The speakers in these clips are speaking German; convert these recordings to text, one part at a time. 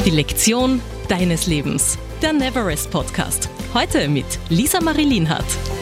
Die Lektion deines Lebens. Der Neverest Podcast. Heute mit Lisa Marie Lienhardt.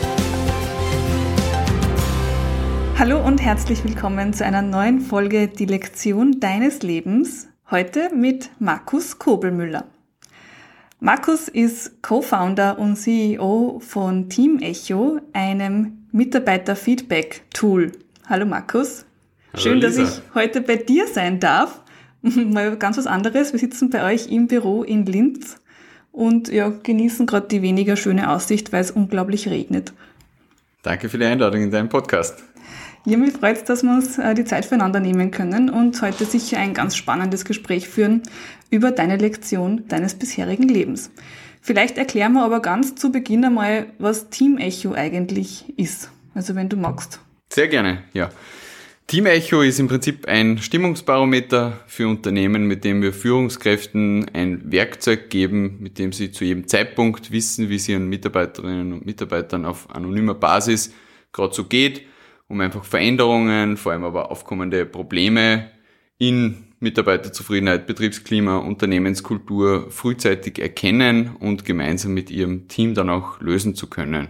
Hallo und herzlich willkommen zu einer neuen Folge Die Lektion deines Lebens. Heute mit Markus Kobelmüller. Markus ist Co-Founder und CEO von Team Echo, einem Mitarbeiter-Feedback-Tool. Hallo Markus. Hallo Schön, Lisa. dass ich heute bei dir sein darf. Mal ganz was anderes. Wir sitzen bei euch im Büro in Linz und genießen gerade die weniger schöne Aussicht, weil es unglaublich regnet. Danke für die Einladung in deinen Podcast. Ja, mich freut es, dass wir uns die Zeit füreinander nehmen können und heute sicher ein ganz spannendes Gespräch führen über deine Lektion deines bisherigen Lebens. Vielleicht erklären wir aber ganz zu Beginn einmal, was Team Echo eigentlich ist. Also wenn du magst. Sehr gerne, ja. Team Echo ist im Prinzip ein Stimmungsbarometer für Unternehmen, mit dem wir Führungskräften ein Werkzeug geben, mit dem sie zu jedem Zeitpunkt wissen, wie es ihren Mitarbeiterinnen und Mitarbeitern auf anonymer Basis gerade so geht, um einfach Veränderungen, vor allem aber aufkommende Probleme in Mitarbeiterzufriedenheit, Betriebsklima, Unternehmenskultur frühzeitig erkennen und gemeinsam mit ihrem Team dann auch lösen zu können.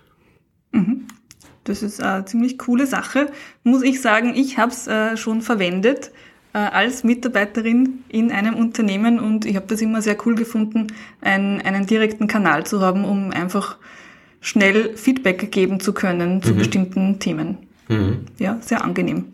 Das ist eine ziemlich coole Sache. Muss ich sagen, ich habe es schon verwendet als Mitarbeiterin in einem Unternehmen und ich habe das immer sehr cool gefunden, einen direkten Kanal zu haben, um einfach schnell Feedback geben zu können zu bestimmten Themen. Ja, sehr angenehm.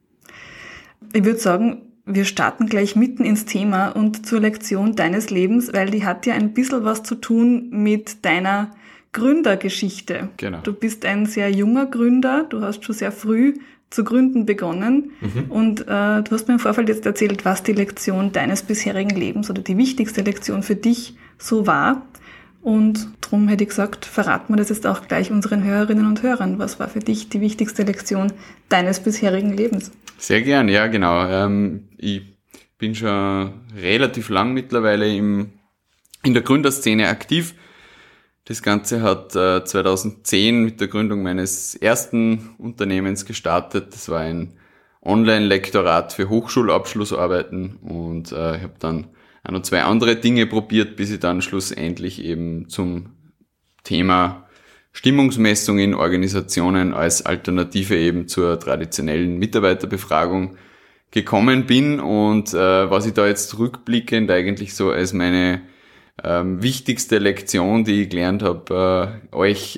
Ich würde sagen, wir starten gleich mitten ins Thema und zur Lektion deines Lebens, weil die hat ja ein bisschen was zu tun mit deiner Gründergeschichte. Genau. Du bist ein sehr junger Gründer, du hast schon sehr früh zu gründen begonnen und du hast mir im Vorfeld jetzt erzählt, was die Lektion deines bisherigen Lebens oder die wichtigste Lektion für dich so war. Und darum hätte ich gesagt, verraten wir das jetzt auch gleich unseren Hörerinnen und Hörern. Was war für dich die wichtigste Lektion deines bisherigen Lebens? Sehr gern, ja genau. Ich bin schon relativ lang mittlerweile in der Gründerszene aktiv. Das Ganze hat 2010 mit der Gründung meines ersten Unternehmens gestartet. Das war ein Online-Lektorat für Hochschulabschlussarbeiten und ich habe dann ein und zwei andere Dinge probiert, bis ich dann schlussendlich eben zum Thema Stimmungsmessung in Organisationen als Alternative eben zur traditionellen Mitarbeiterbefragung gekommen bin und was ich da jetzt rückblickend eigentlich so als meine wichtigste Lektion, die ich gelernt habe, euch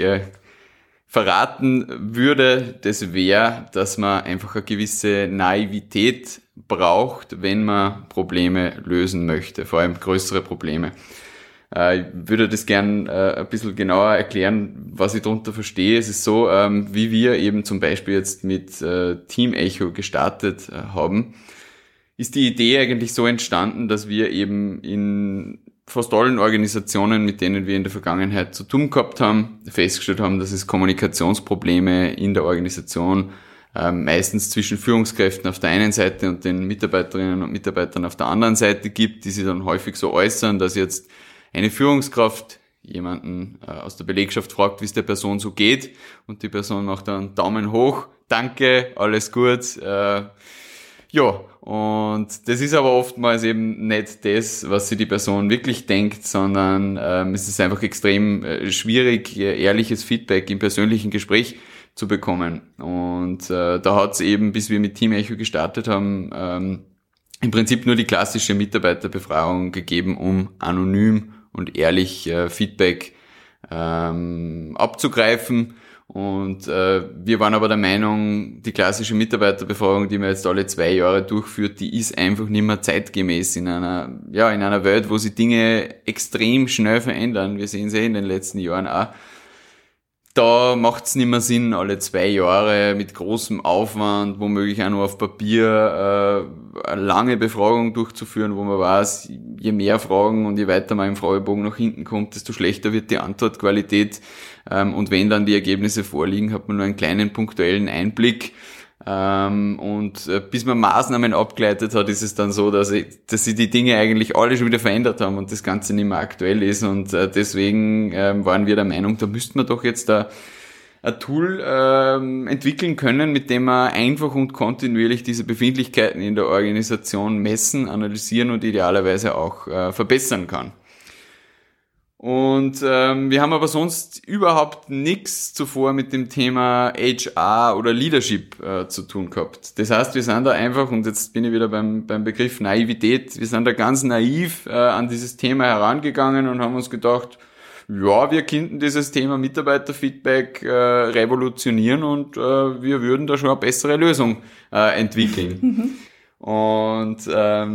verraten würde, das wäre, dass man einfach eine gewisse Naivität braucht, wenn man Probleme lösen möchte, vor allem größere Probleme. Ich würde das gern ein bisschen genauer erklären, was ich darunter verstehe. Es ist so, wie wir eben zum Beispiel jetzt mit Team Echo gestartet haben, ist die Idee eigentlich so entstanden, dass wir eben in fast allen Organisationen, mit denen wir in der Vergangenheit zu tun gehabt haben, festgestellt haben, dass es Kommunikationsprobleme in der Organisation meistens zwischen Führungskräften auf der einen Seite und den Mitarbeiterinnen und Mitarbeitern auf der anderen Seite gibt, die sich dann häufig so äußern, dass jetzt eine Führungskraft jemanden aus der Belegschaft fragt, wie es der Person so geht und die Person macht dann Daumen hoch, danke, alles gut, und das ist aber oftmals eben nicht das, was sich die Person wirklich denkt, sondern es ist einfach extrem schwierig, ehrliches Feedback im persönlichen Gespräch zu bekommen. Und da hat es eben, bis wir mit Team Echo gestartet haben, im Prinzip nur die klassische Mitarbeiterbefragung gegeben, um anonym und ehrlich Feedback abzugreifen. Und wir waren aber der Meinung, die klassische Mitarbeiterbefragung, die man jetzt alle 2 Jahre durchführt, die ist einfach nicht mehr zeitgemäß in einer Welt, wo sich Dinge extrem schnell verändern. Wir sehen es in den letzten Jahren auch. Da macht es nicht mehr Sinn, alle 2 Jahre mit großem Aufwand, womöglich auch nur auf Papier, eine lange Befragung durchzuführen, wo man weiß, je mehr Fragen und je weiter man im Fragebogen nach hinten kommt, desto schlechter wird die Antwortqualität. Und wenn dann die Ergebnisse vorliegen, hat man nur einen kleinen punktuellen Einblick. Und bis man Maßnahmen abgeleitet hat, ist es dann so, dass sich die Dinge eigentlich alle schon wieder verändert haben und das Ganze nicht mehr aktuell ist. Und deswegen waren wir der Meinung, da müsste man doch jetzt ein Tool entwickeln können, mit dem wir einfach und kontinuierlich diese Befindlichkeiten in der Organisation messen, analysieren und idealerweise auch verbessern kann. Und wir haben aber sonst überhaupt nichts zuvor mit dem Thema HR oder Leadership zu tun gehabt. Das heißt, wir sind da einfach, und jetzt bin ich wieder beim Begriff Naivität, wir sind da ganz naiv an dieses Thema herangegangen und haben uns gedacht, ja, wir könnten dieses Thema Mitarbeiterfeedback revolutionieren und wir würden da schon eine bessere Lösung entwickeln. Und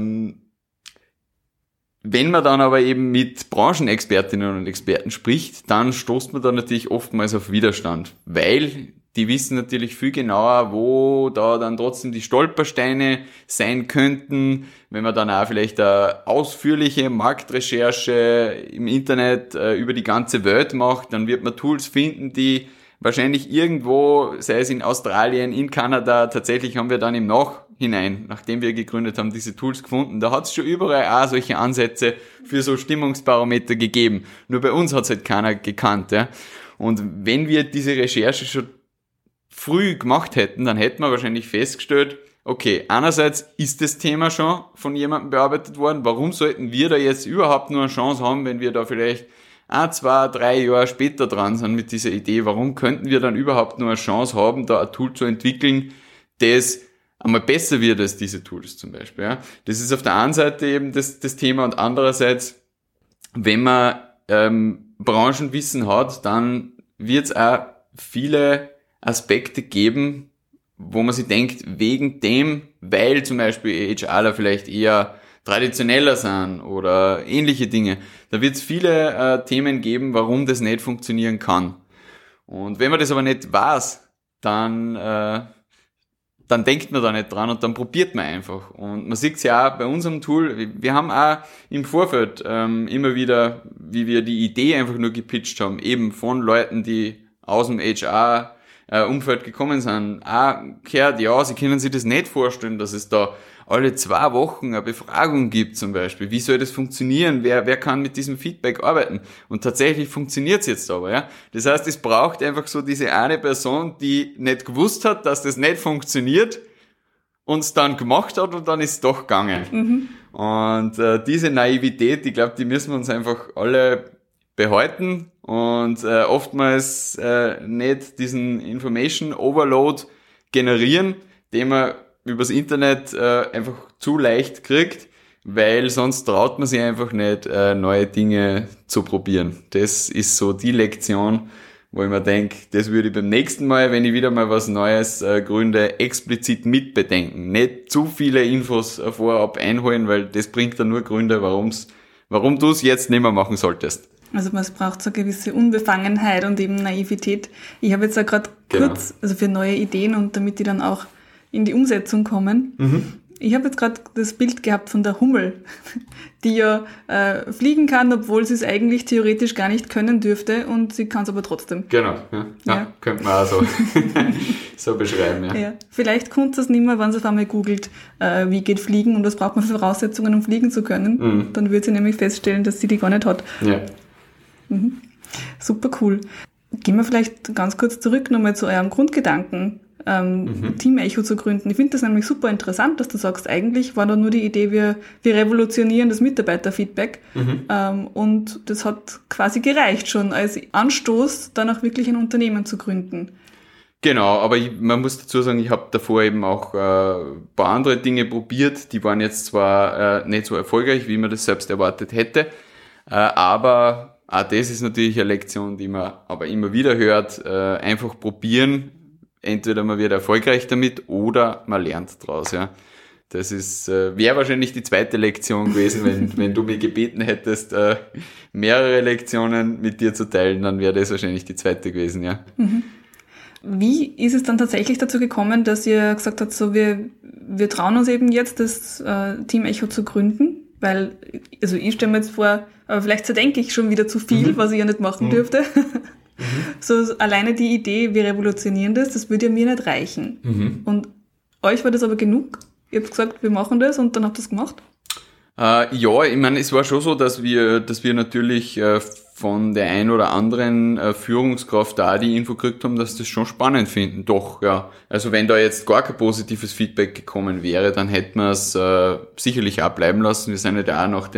wenn man dann aber eben mit Branchenexpertinnen und Experten spricht, dann stoßt man da natürlich oftmals auf Widerstand, weil die wissen natürlich viel genauer, wo da dann trotzdem die Stolpersteine sein könnten. Wenn man dann auch vielleicht eine ausführliche Marktrecherche im Internet über die ganze Welt macht, dann wird man Tools finden, die wahrscheinlich irgendwo, sei es in Australien, in Kanada, tatsächlich haben wir dann im Nachhinein, nachdem wir gegründet haben, diese Tools gefunden. Da hat es schon überall auch solche Ansätze für so Stimmungsbarometer gegeben. Nur bei uns hat es halt keiner gekannt. Ja. Und wenn wir diese Recherche schon früh gemacht hätten, dann hätten wir wahrscheinlich festgestellt, okay, einerseits ist das Thema schon von jemandem bearbeitet worden, warum sollten wir da jetzt überhaupt nur eine Chance haben, wenn wir da vielleicht 1, 2, 3 Jahre später dran sind mit dieser Idee, warum könnten wir dann überhaupt nur eine Chance haben, da ein Tool zu entwickeln, das einmal besser wird als diese Tools zum Beispiel. Ja? Das ist auf der einen Seite eben das Thema und andererseits, wenn man Branchenwissen hat, dann wird es auch viele Aspekte geben, wo man sich denkt, wegen dem, weil zum Beispiel HRler vielleicht eher traditioneller sind oder ähnliche Dinge. Da wird es viele Themen geben, warum das nicht funktionieren kann. Und wenn man das aber nicht weiß, dann denkt man da nicht dran und dann probiert man einfach. Und man sieht es ja auch bei unserem Tool, wir haben auch im Vorfeld immer wieder, wie wir die Idee einfach nur gepitcht haben, eben von Leuten, die aus dem HR Umfeld gekommen sind, gehört, ja, sie können sich das nicht vorstellen, dass es da alle 2 Wochen eine Befragung gibt zum Beispiel. Wie soll das funktionieren? Wer kann mit diesem Feedback arbeiten? Und tatsächlich funktioniert es jetzt aber, ja. Das heißt, es braucht einfach so diese eine Person, die nicht gewusst hat, dass das nicht funktioniert und es dann gemacht hat und dann ist es doch gegangen. Und diese Naivität, ich glaube, die müssen wir uns einfach alle behalten und oftmals nicht diesen Information Overload generieren, den man übers Internet einfach zu leicht kriegt, weil sonst traut man sich einfach nicht, neue Dinge zu probieren. Das ist so die Lektion, wo ich mir denke, das würde ich beim nächsten Mal, wenn ich wieder mal was Neues gründe, explizit mitbedenken. Nicht zu viele Infos vorab einholen, weil das bringt dann nur Gründe, warum du es jetzt nicht mehr machen solltest. Also man braucht so eine gewisse Unbefangenheit und eben Naivität. Ich habe jetzt auch gerade kurz, also für neue Ideen und damit die dann auch in die Umsetzung kommen. Ich habe jetzt gerade das Bild gehabt von der Hummel, die ja fliegen kann, obwohl sie es eigentlich theoretisch gar nicht können dürfte und sie kann es aber trotzdem. Genau, ja. Könnte man auch so, so beschreiben. Ja. Vielleicht kommt das nicht mehr, wenn sie auf einmal googelt, wie geht Fliegen und was braucht man für Voraussetzungen, um fliegen zu können. Dann wird sie nämlich feststellen, dass sie die gar nicht hat. Ja. Super cool. Gehen wir vielleicht ganz kurz zurück nochmal zu eurem Grundgedanken, Team Echo zu gründen. Ich finde das nämlich super interessant, dass du sagst, eigentlich war da nur die Idee, wir revolutionieren das Mitarbeiterfeedback und das hat quasi gereicht schon als Anstoß, dann auch wirklich ein Unternehmen zu gründen. Genau, aber man muss dazu sagen, ich habe davor eben auch ein paar andere Dinge probiert, die waren jetzt zwar nicht so erfolgreich, wie man das selbst erwartet hätte, aber auch das ist natürlich eine Lektion, die man aber immer wieder hört, einfach probieren. Entweder man wird erfolgreich damit oder man lernt draus, ja. Das ist, wäre wahrscheinlich die zweite Lektion gewesen, wenn du mich gebeten hättest, mehrere Lektionen mit dir zu teilen, dann wäre das wahrscheinlich die zweite gewesen, ja. Wie ist es dann tatsächlich dazu gekommen, dass ihr gesagt habt, so wir trauen uns eben jetzt, das Team Echo zu gründen? Weil, also ich stelle mir jetzt vor, aber vielleicht zerdenke ich schon wieder zu viel, was ich ja nicht machen dürfte. So alleine die Idee, wir revolutionieren das würde ja mir nicht reichen. Und euch war das aber genug? Ihr habt gesagt, wir machen das und dann habt ihr das gemacht? Ja, ich meine, es war schon so, dass wir natürlich von der ein oder anderen Führungskraft da die Info gekriegt haben, dass das schon spannend finden. Doch, ja. Also wenn da jetzt gar kein positives Feedback gekommen wäre, dann hätten wir es sicherlich auch bleiben lassen. Wir sind ja da auch nach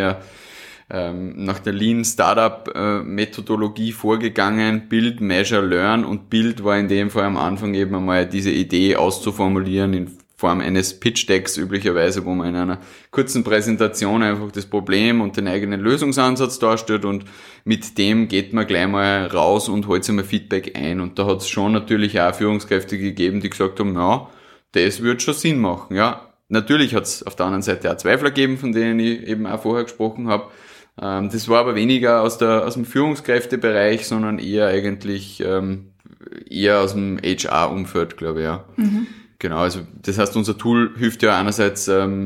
der Lean Startup Methodologie vorgegangen. Build, Measure, Learn, und Build war in dem Fall am Anfang eben einmal diese Idee auszuformulieren in Form eines Pitch-Decks üblicherweise, wo man in einer kurzen Präsentation einfach das Problem und den eigenen Lösungsansatz darstellt, und mit dem geht man gleich mal raus und holt sich mal Feedback ein. Und da hat es schon natürlich auch Führungskräfte gegeben, die gesagt haben, ja, das wird schon Sinn machen. Ja, natürlich hat es auf der anderen Seite auch Zweifler gegeben, von denen ich eben auch vorher gesprochen habe. Das war aber weniger aus dem Führungskräftebereich, sondern eher eigentlich eher aus dem HR-Umfeld, glaube ich, ja. Mhm. Genau, also das heißt, unser Tool hilft ja einerseits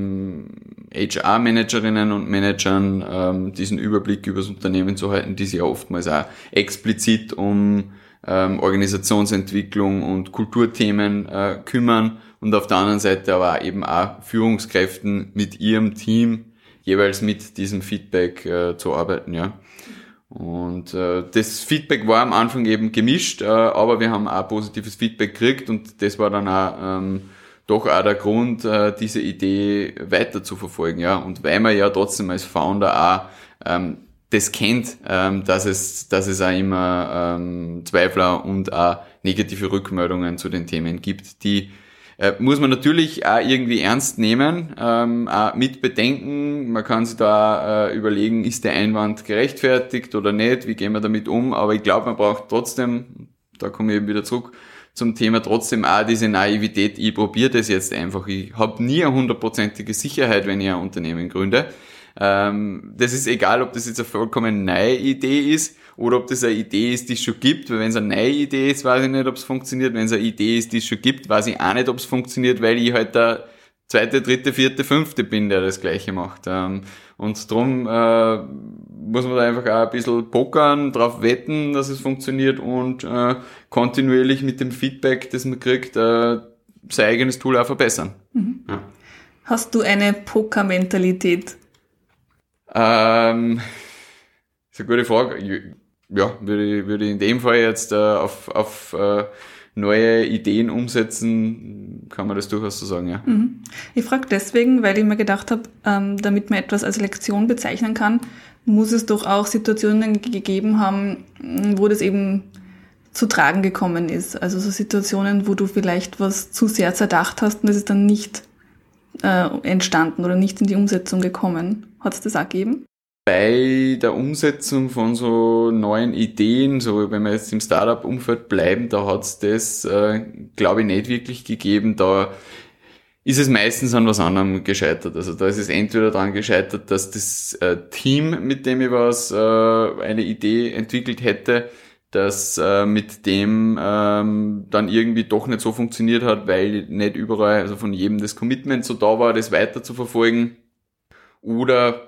HR-Managerinnen und Managern, diesen Überblick über das Unternehmen zu halten, die sich ja oftmals auch explizit um Organisationsentwicklung und Kulturthemen kümmern, und auf der anderen Seite aber auch eben auch Führungskräften mit ihrem Team jeweils mit diesem Feedback zu arbeiten, ja. Und das Feedback war am Anfang eben gemischt, aber wir haben auch positives Feedback gekriegt, und das war dann auch doch auch der Grund, diese Idee weiter zu verfolgen, ja. Und weil man ja trotzdem als Founder auch das kennt, dass es auch immer Zweifler und auch negative Rückmeldungen zu den Themen gibt, die muss man natürlich auch irgendwie ernst nehmen, auch mit bedenken. Man kann sich da überlegen, ist der Einwand gerechtfertigt oder nicht, wie gehen wir damit um, aber ich glaube, man braucht trotzdem, da komme ich eben wieder zurück zum Thema, trotzdem auch diese Naivität. Ich probiere das jetzt einfach, ich habe nie eine 100%ige Sicherheit, wenn ich ein Unternehmen gründe. Das ist egal, ob das jetzt eine vollkommen neue Idee ist oder ob das eine Idee ist, die es schon gibt, weil wenn es eine neue Idee ist, weiß ich nicht, ob es funktioniert. Wenn es eine Idee ist, die es schon gibt, weiß ich auch nicht, ob es funktioniert, weil ich halt der zweite, dritte, vierte, fünfte bin, der das Gleiche macht. Und darum muss man da einfach auch ein bisschen pokern, drauf wetten, dass es funktioniert, und kontinuierlich mit dem Feedback, das man kriegt, sein eigenes Tool auch verbessern. Mhm. Ja. Hast du eine Poker-Mentalität? Das ist eine gute Frage. Ja, würde ich in dem Fall jetzt auf neue Ideen umsetzen, kann man das durchaus so sagen, ja. Mhm. Ich frage deswegen, weil ich mir gedacht habe, damit man etwas als Lektion bezeichnen kann, muss es doch auch Situationen gegeben haben, wo das eben zu tragen gekommen ist. Also so Situationen, wo du vielleicht was zu sehr zerdacht hast und es ist dann nicht entstanden oder nicht in die Umsetzung gekommen. Hat es das auch gegeben? Bei der Umsetzung von so neuen Ideen, so wenn wir jetzt im Startup-Umfeld bleiben, da hat es das, glaube ich, nicht wirklich gegeben. Da ist es meistens an was anderem gescheitert. Also da ist es entweder daran gescheitert, dass das Team, mit dem ich eine Idee entwickelt hätte, dass mit dem dann irgendwie doch nicht so funktioniert hat, weil nicht überall, also von jedem das Commitment so da war, das weiter zu verfolgen. Oder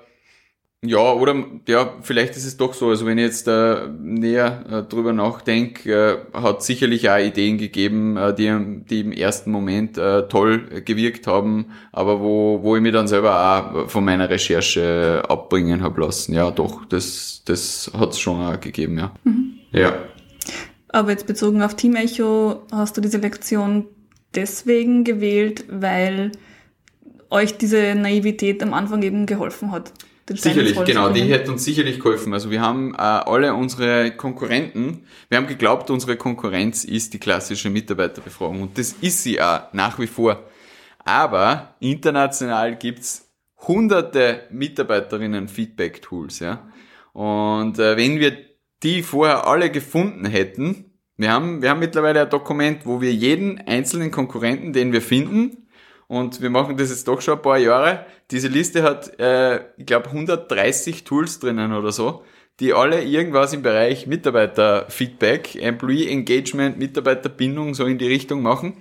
vielleicht ist es doch so, also wenn ich jetzt näher drüber nachdenke, hat sicherlich auch Ideen gegeben, die im ersten Moment toll gewirkt haben, aber wo ich mich dann selber auch von meiner Recherche abbringen habe lassen. Ja, doch, das hat es schon auch gegeben, ja. Mhm. Ja. Aber jetzt bezogen auf Team Echo, hast du diese Lektion deswegen gewählt, weil euch diese Naivität am Anfang eben geholfen hat? Sicherlich, genau, die hätte uns sicherlich geholfen. Also wir haben alle unsere Konkurrenten, wir haben geglaubt, unsere Konkurrenz ist die klassische Mitarbeiterbefragung, und das ist sie auch nach wie vor. Aber international gibt's hunderte Mitarbeiterinnen-Feedback-Tools, ja. Und wenn wir die vorher alle gefunden hätten, wir haben mittlerweile ein Dokument, wo wir jeden einzelnen Konkurrenten, den wir finden, und wir machen das jetzt doch schon ein paar Jahre. Diese Liste hat, ich glaube, 130 Tools drinnen oder so, die alle irgendwas im Bereich Mitarbeiterfeedback, Employee Engagement, Mitarbeiterbindung so in die Richtung machen.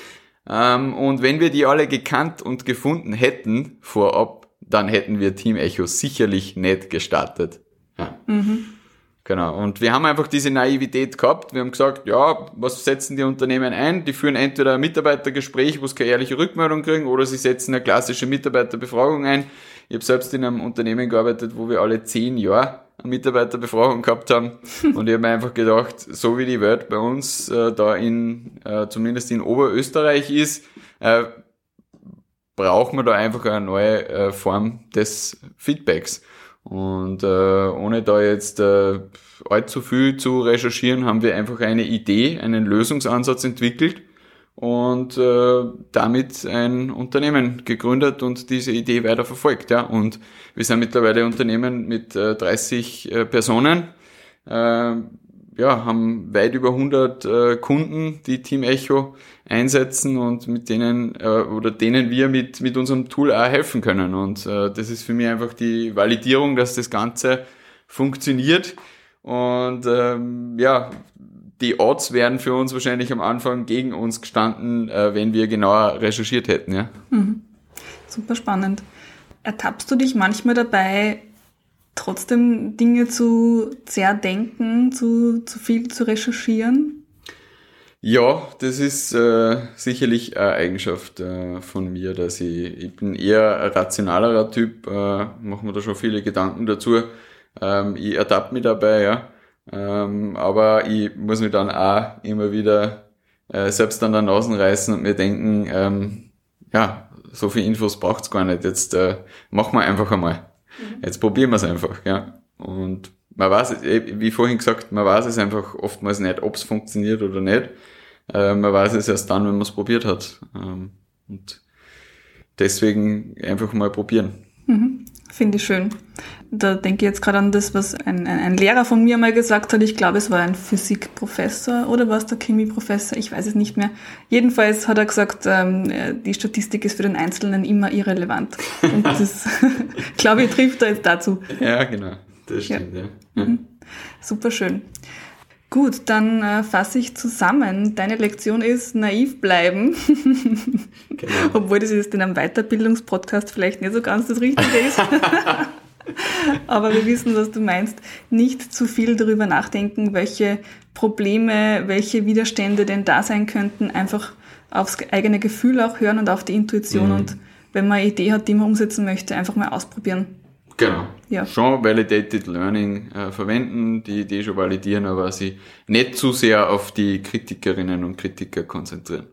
Und wenn wir die alle gekannt und gefunden hätten vorab, dann hätten wir Team Echo sicherlich nicht gestartet. Ja. Mhm. Genau, und wir haben einfach diese Naivität gehabt. Wir haben gesagt, ja, was setzen die Unternehmen ein? Die führen entweder ein Mitarbeitergespräch, wo sie keine ehrliche Rückmeldung kriegen, oder sie setzen eine klassische Mitarbeiterbefragung ein. Ich habe selbst in einem Unternehmen gearbeitet, wo wir alle 10 Jahre eine Mitarbeiterbefragung gehabt haben. Und ich habe mir einfach gedacht, so wie die Welt bei uns da zumindest in Oberösterreich ist, braucht man da einfach eine neue Form des Feedbacks. Und ohne da jetzt allzu viel zu recherchieren, haben wir einfach eine Idee, einen Lösungsansatz entwickelt und damit ein Unternehmen gegründet und diese Idee weiter verfolgt. Ja. Und wir sind mittlerweile ein Unternehmen mit 30 Personen, haben weit über 100 Kunden, die Team Echo einsetzen und mit denen wir mit unserem Tool auch helfen können. Und das ist für mich einfach die Validierung, dass das Ganze funktioniert. Und die Odds wären für uns wahrscheinlich am Anfang gegen uns gestanden, wenn wir genauer recherchiert hätten. Ja. Super spannend. Ertappst du dich manchmal dabei, trotzdem Dinge zu zerdenken, zu viel zu recherchieren? Ja, das ist sicherlich eine Eigenschaft von mir, dass ich bin eher ein rationalerer Typ, mache mir da schon viele Gedanken dazu. Ich ertappe mich dabei, ja. Aber ich muss mich dann auch immer wieder selbst an der Nase reißen und mir denken, so viel Infos braucht's gar nicht, jetzt machen wir einfach einmal. Jetzt probieren wir es einfach, ja. Und man weiß, wie vorhin gesagt, man weiß es einfach oftmals nicht, ob es funktioniert oder nicht. Man weiß es erst dann, wenn man es probiert hat. Und deswegen einfach mal probieren. Finde ich schön. Da denke ich jetzt gerade an das, was ein Lehrer von mir mal gesagt hat. Ich glaube, es war ein Physikprofessor oder war es der Chemieprofessor? Ich weiß es nicht mehr. Jedenfalls hat er gesagt, die Statistik ist für den Einzelnen immer irrelevant. Und das, glaube ich, trifft da jetzt dazu. Ja, genau. Das stimmt, ja. Super schön. Gut, dann fasse ich zusammen. Deine Lektion ist naiv bleiben. Genau. Obwohl das jetzt in einem Weiterbildungspodcast vielleicht nicht so ganz das Richtige ist. Aber wir wissen, was du meinst. Nicht zu viel darüber nachdenken, welche Probleme, welche Widerstände denn da sein könnten. Einfach aufs eigene Gefühl auch hören und auf die Intuition. Und wenn man eine Idee hat, die man umsetzen möchte, einfach mal ausprobieren. Genau. Ja. Schon Validated Learning verwenden, die Idee schon validieren, aber sich nicht zu sehr auf die Kritikerinnen und Kritiker konzentrieren.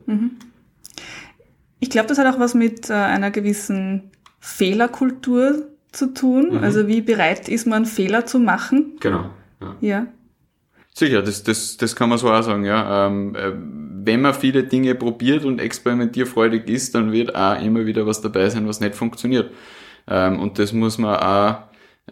Ich glaube, das hat auch was mit einer gewissen Fehlerkultur zu tun. Also wie bereit ist man, Fehler zu machen? Genau. Ja. Sicher, das kann man so auch sagen, ja. Wenn man viele Dinge probiert und experimentierfreudig ist, dann wird auch immer wieder was dabei sein, was nicht funktioniert. Und das muss man auch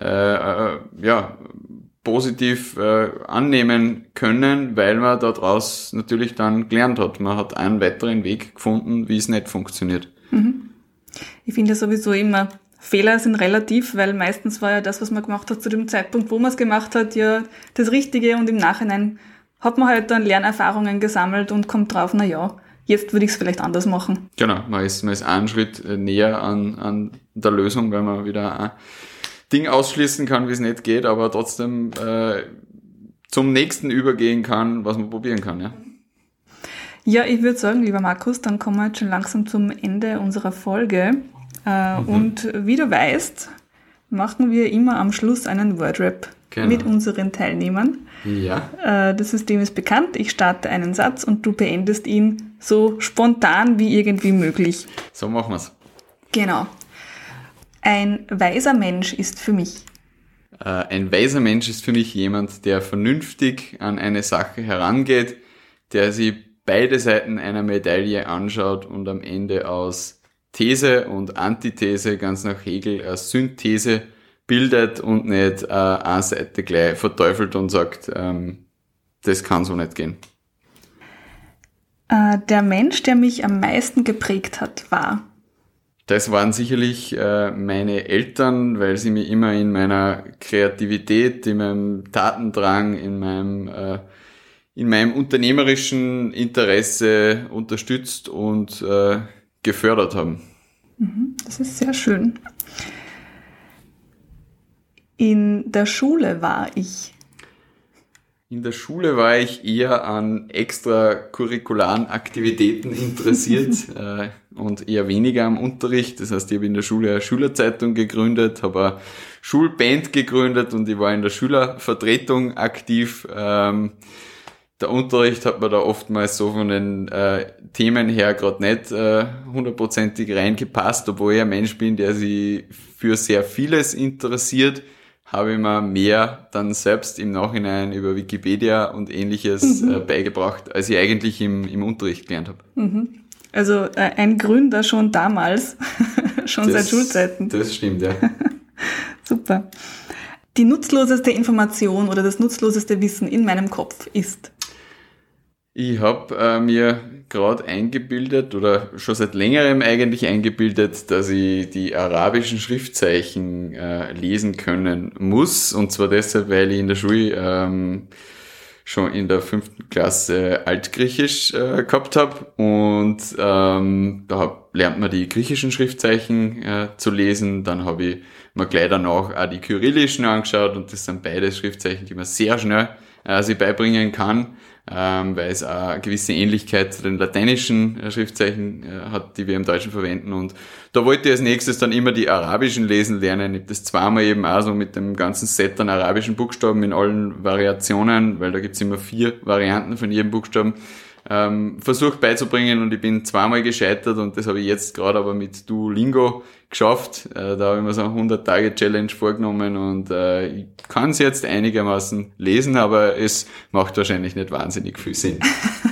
positiv annehmen können, weil man daraus natürlich dann gelernt hat. Man hat einen weiteren Weg gefunden, wie es nicht funktioniert. Ich finde sowieso immer, Fehler sind relativ, weil meistens war ja das, was man gemacht hat zu dem Zeitpunkt, wo man es gemacht hat, ja das Richtige, und im Nachhinein hat man halt dann Lernerfahrungen gesammelt und kommt drauf, jetzt würde ich es vielleicht anders machen. Genau, man ist einen Schritt näher an der Lösung, weil man wieder ein Ding ausschließen kann, wie es nicht geht, aber trotzdem zum nächsten übergehen kann, was man probieren kann. Ja, ja, ich würde sagen, lieber Markus, dann kommen wir jetzt schon langsam zum Ende unserer Folge. Und wie du weißt, machen wir immer am Schluss einen Wordrap mit unseren Teilnehmern. Ja. Das System ist bekannt. Ich starte einen Satz und du beendest ihn so spontan wie irgendwie möglich. So machen wir's. Genau. Ein weiser Mensch ist für mich. Ein weiser Mensch ist für mich jemand, der vernünftig an eine Sache herangeht, der sich beide Seiten einer Medaille anschaut und am Ende aus These und Antithese ganz nach Hegel eine Synthese bildet und nicht eine Seite gleich verteufelt und sagt, das kann so nicht gehen. Der Mensch, der mich am meisten geprägt hat, war? Das waren sicherlich meine Eltern, weil sie mich immer in meiner Kreativität, in meinem Tatendrang, in meinem unternehmerischen Interesse unterstützt und gefördert haben. Das ist sehr schön. In der Schule war ich? In der Schule war ich eher an extracurricularen Aktivitäten interessiert und eher weniger am Unterricht. Das heißt, ich habe in der Schule eine Schülerzeitung gegründet, habe eine Schulband gegründet und ich war in der Schülervertretung aktiv. Der Unterricht hat mir da oftmals so von den Themen her gerade nicht hundertprozentig reingepasst, obwohl ich ein Mensch bin, der sich für sehr vieles interessiert, habe ich mir mehr dann selbst im Nachhinein über Wikipedia und Ähnliches beigebracht, als ich eigentlich im Unterricht gelernt habe. Mhm. Also ein Gründer schon damals, schon seit Schulzeiten. Das stimmt, ja. Super. Die nutzloseste Information oder das nutzloseste Wissen in meinem Kopf ist? Ich habe mir gerade eingebildet oder schon seit längerem eigentlich eingebildet, dass ich die arabischen Schriftzeichen lesen können muss. Und zwar deshalb, weil ich in der Schule schon in der 5. Klasse Altgriechisch gehabt habe. Und da lernt man die griechischen Schriftzeichen zu lesen. Dann habe ich mir gleich danach auch die kyrillischen angeschaut. Und das sind beide Schriftzeichen, die man sehr schnell sich beibringen kann. Weil es auch eine gewisse Ähnlichkeit zu den lateinischen Schriftzeichen hat, die wir im Deutschen verwenden. Und da wollte ich als nächstes dann immer die arabischen lesen lernen. Ich habe das zweimal eben auch so mit dem ganzen Set an arabischen Buchstaben in allen Variationen, weil da gibt's immer 4 Varianten von jedem Buchstaben, versucht beizubringen und ich bin zweimal gescheitert und das habe ich jetzt gerade aber mit Duolingo geschafft. Da habe ich mir so eine 100-Tage-Challenge vorgenommen und ich kann es jetzt einigermaßen lesen, aber es macht wahrscheinlich nicht wahnsinnig viel Sinn.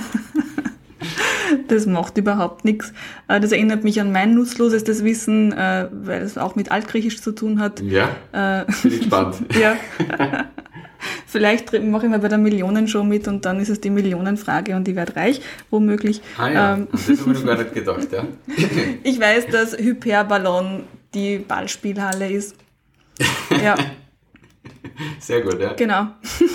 Das macht überhaupt nichts. Das erinnert mich an mein nutzlosestes Wissen, weil es auch mit Altgriechisch zu tun hat. Ja, bin ich gespannt. Ja. Vielleicht mache ich mal bei der Millionenshow mit und dann ist es die Millionenfrage und ich werde reich, womöglich. Ah ja, das habe ich noch gar nicht gedacht, ja. Ich weiß, dass Hyperballon die Ballspielhalle ist. Ja. Sehr gut, ja. Genau.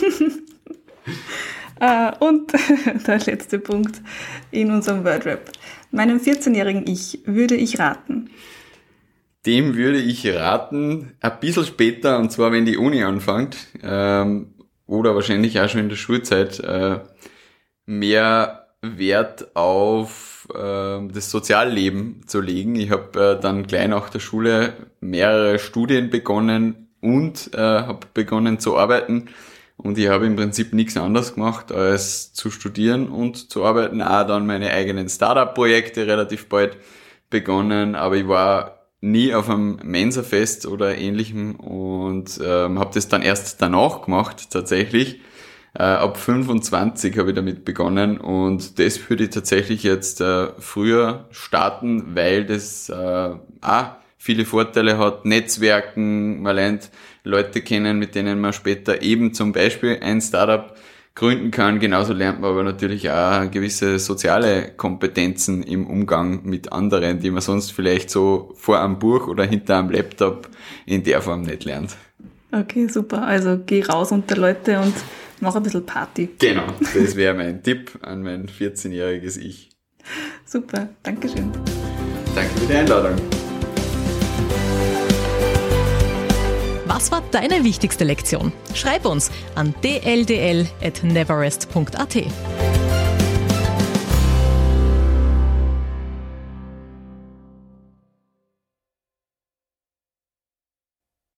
Und der letzte Punkt in unserem Wordrap. Meinem 14-jährigen Ich würde ich raten. Dem würde ich raten, ein bisschen später, und zwar wenn die Uni anfängt, oder wahrscheinlich auch schon in der Schulzeit, mehr Wert auf das Sozialleben zu legen. Ich habe dann gleich nach der Schule mehrere Studien begonnen und habe begonnen zu arbeiten. Und ich habe im Prinzip nichts anderes gemacht, als zu studieren und zu arbeiten. Auch dann meine eigenen Startup-Projekte relativ bald begonnen, aber ich war nie auf einem Mensa-Fest oder ähnlichem und habe das dann erst danach gemacht, tatsächlich. Ab 25 habe ich damit begonnen und das würde ich tatsächlich jetzt früher starten, weil das auch viele Vorteile hat. Netzwerken, man lernt Leute kennen, mit denen man später eben zum Beispiel ein Startup gründen kann. Genauso lernt man aber natürlich auch gewisse soziale Kompetenzen im Umgang mit anderen, die man sonst vielleicht so vor einem Buch oder hinter einem Laptop in der Form nicht lernt. Okay, super. Also geh raus unter Leute und mach ein bisschen Party. Genau, das wäre mein Tipp an mein 14-jähriges Ich. Super, Dankeschön. Danke für die Einladung. Was war deine wichtigste Lektion? Schreib uns an dldl@neverest.at.